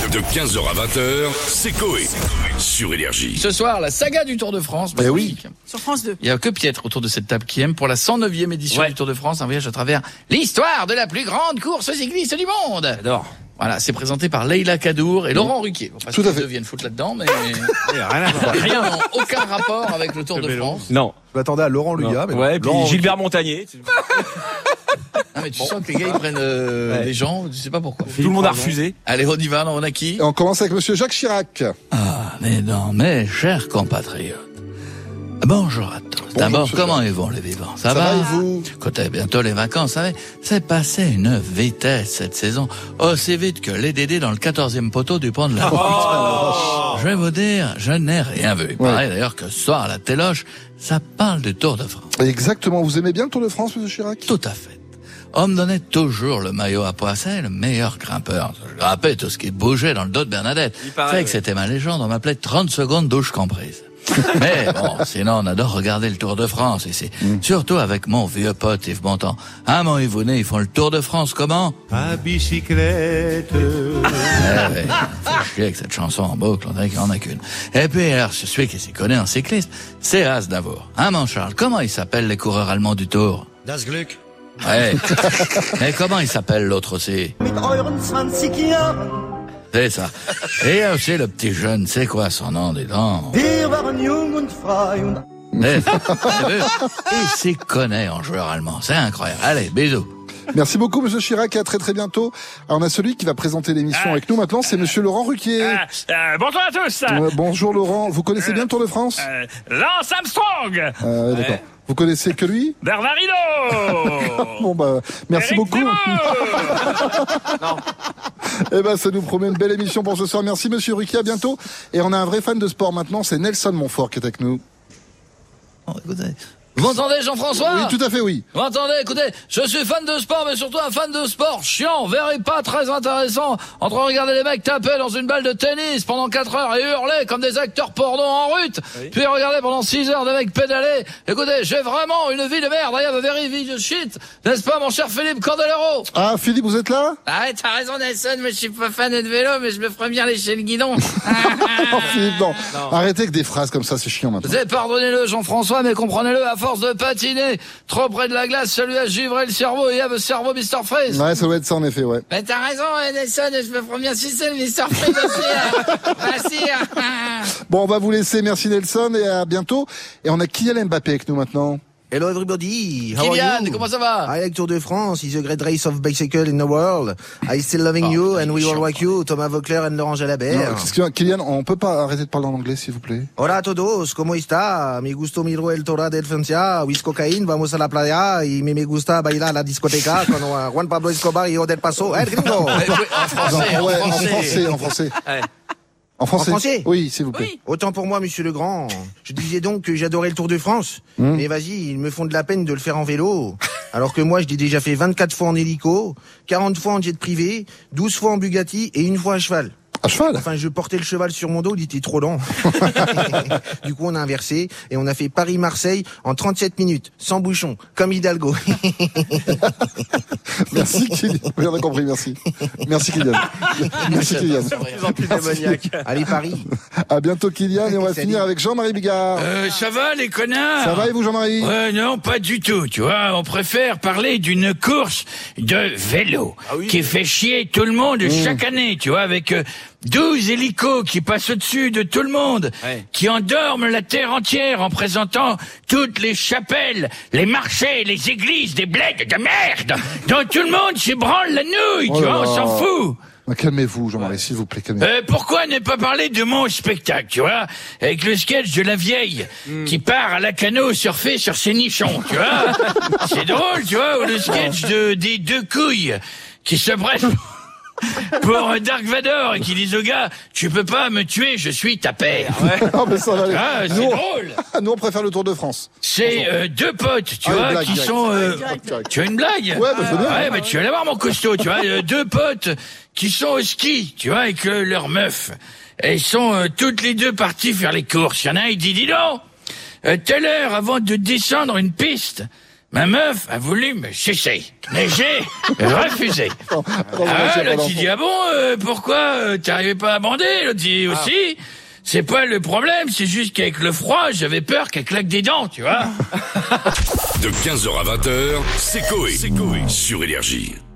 De 15h à 20h, c'est Coé. Sur Énergie. Ce soir, la saga du Tour de France. Eh oui. Sur France 2. Il n'y a que Pietre autour de cette table qui aime pour la 109e édition du Tour de France, un voyage à travers l'histoire de la plus grande course cycliste du monde. J'adore. Voilà, c'est présenté par Leïla Kadour et Laurent Ruquier. Enfin, Tout à fait. Ils viennent foutre là-dedans, mais Rien à voir. rien n'ont aucun rapport avec le Tour de France. Non. Je m'attendais à Laurent Luya, mais Ouais, non. puis Laurent Gilbert Montagnier. Ah, mais tu sens que les gars, ils prennent des gens, tu sais pas pourquoi. Tout le monde a refusé. Allez, on y va, on a qui? Et on commence avec monsieur Jacques Chirac. Ah, mais non, mes chers compatriotes. Bonjour à tous. D'abord, monsieur comment ils vont les vivants? Ça va va et vous? Écoutez, bientôt les vacances, vous savez, c'est passé une vitesse cette saison, aussi vite que les Dédés dans le 14e poteau du pont de la Route. Je vais vous dire, je n'ai rien vu. Il paraît d'ailleurs que ce soir à la téloche, ça parle du Tour de France. Exactement. Vous aimez bien le Tour de France, monsieur Chirac? Tout à fait. On me donnait toujours le maillot à poisson, le meilleur grimpeur. Je grimpais tout ce qui bougeait dans le dos de Bernadette. C'est que c'était ma légende, on m'appelait 30 secondes douche comprise. Mais bon, sinon on adore regarder le Tour de France ici. Surtout avec mon vieux pote Yves Montand. Hein, mon Yvonnet, ils font le Tour de France comment? À bicyclette. Ouais, faut chier avec cette chanson en boucle, on dirait qu'il n'y en a qu'une. Et puis, alors, celui qui s'y connaît en cyclisme, c'est Aznavour. Hein, mon Charles, comment ils s'appellent les coureurs allemands du Tour? Das Glück. Ouais. Mais comment il s'appelle l'autre aussi? Mit euren 20 Jahren. C'est ça. Et aussi le petit jeune, c'est quoi son nom, dis donc? Wir waren jung und frei und... Il s'y connaît en joueur allemand, c'est incroyable. Allez, bisous. Merci beaucoup, monsieur Chirac. À très très bientôt. Alors, on a celui qui va présenter l'émission avec nous maintenant, c'est monsieur Laurent Ruquier. Bonjour à tous. Bonjour Laurent. Vous connaissez bien le Tour de France? Lance Armstrong. D'accord. Vous connaissez que lui? Bernard Hinault. Bon bah, merci Éric beaucoup. Zemmour. Eh ben, ça nous promet une belle émission pour ce soir. Merci monsieur Ruquier, à bientôt. Et on a un vrai fan de sport maintenant, c'est Nelson Montfort qui est avec nous. Oh, écoutez. Vous m'entendez, Jean-François? Oui, tout à fait, oui. Vous m'entendez? Écoutez, je suis fan de sport, mais surtout un fan de sport chiant, pas très intéressant, entre regarder les mecs taper dans une balle de tennis pendant 4 heures et hurler comme des acteurs porno en rut, puis regarder pendant 6 heures des mecs pédaler. Écoutez, j'ai vraiment une vie de merde, I have a very vie de shit, n'est-ce pas, mon cher Philippe Candelero? Ah, Philippe, vous êtes là? Ah ouais, t'as raison, Nelson, mais je suis pas fan de vélo, mais je me ferais bien lécher le guidon. Non, Philippe, non. Arrêtez avec des phrases comme ça, c'est chiant maintenant. Vous avez pardonnez-le, Jean-François, mais comprenez-le, à force de patiner trop près de la glace, ça lui a givré le cerveau, et il y a le cerveau Mr. Freeze. Ouais, ça doit être ça en effet, ouais. Mais t'as raison, Nelson, je me ferais bien sucer le Mr. Freeze aussi. Bon, on va vous laisser. Merci Nelson et à bientôt. Et on a Kylian Mbappé avec nous maintenant. Hello everybody, how are Kylian, you? comment ça va? I like Tour de France, it's the great race of bicycle in the world. I still loving you and we all like you, Thomas Voeckler and Laurent Jalabert. Non, Kylian, on peut pas arrêter de parler en anglais, s'il vous plaît? Hola a todos, ¿cómo está? Me gusto miro el Torah del Francia, with cocaine, vamos a la playa, y me gusta bailar a la discoteca, con Juan Pablo Escobar y Odel Paso, gringo! En français. Ouais. En français? En français? Oui, s'il vous plaît. Oui. Autant pour moi, monsieur Legrand. Je disais donc que j'adorais le Tour de France. Mais vas-y, ils me font de la peine de le faire en vélo. Alors que moi, je l'ai déjà fait 24 fois en hélico, 40 fois en jet privé, 12 fois en Bugatti et 1 fois à cheval. À cheval? Enfin, je portais le cheval sur mon dos, il était trop lent. Du coup, on a inversé et on a fait Paris-Marseille en 37 minutes, sans bouchon, comme Hidalgo. Merci Kylian. Oui, on a compris, merci. Merci Kylian. Merci Kylian. Allez, Paris. À bientôt Kylian et on va Salut. finir avec Jean-Marie Bigard. Ça va, les connards? Ça va et vous Jean-Marie? Non, pas du tout, tu vois. On préfère parler d'une course de vélo qui fait chier tout le monde chaque année, tu vois, avec 12 hélicos qui passent au-dessus de tout le monde, qui endorment la terre entière en présentant toutes les chapelles, les marchés, les églises, des bleds de merde, dont tout le monde s'ébranle la nouille, tu vois, on s'en fout. Calmez-vous Jean-Marie, s'il vous plaît, calmez-vous. Pourquoi ne pas parler de mon spectacle, tu vois, avec le sketch de la vieille qui part à la canot surfer sur ses nichons, tu vois. C'est drôle, tu vois, ou le sketch des 2 couilles qui se prennent pour Dark Vador et qui disent au gars, tu peux pas me tuer, je suis ta paire. Non, mais ça va aller. Ah, c'est drôle. Nous on préfère le Tour de France. C'est 2 potes, tu vois, blague, qui direct. sont... Direct. Tu as une blague? Ouais, bah, c'est bien. Ouais, bah tu vas aller voir mon costaud, tu vois, 2 potes qui sont au ski, tu vois, avec leur meuf. Et ils sont toutes les 2 partis faire les courses. Il y en a un, il dit, dis donc, telle heure avant de descendre une piste, ma meuf a voulu me sucer. Mais j'ai refusé. L'autre il dit, ah bon, pourquoi t'arrivais pas à bander? L'autre dit aussi, c'est pas le problème, c'est juste qu'avec le froid, j'avais peur qu'elle claque des dents, tu vois. De 15h à 20h, c'est Coé. Sur Énergie.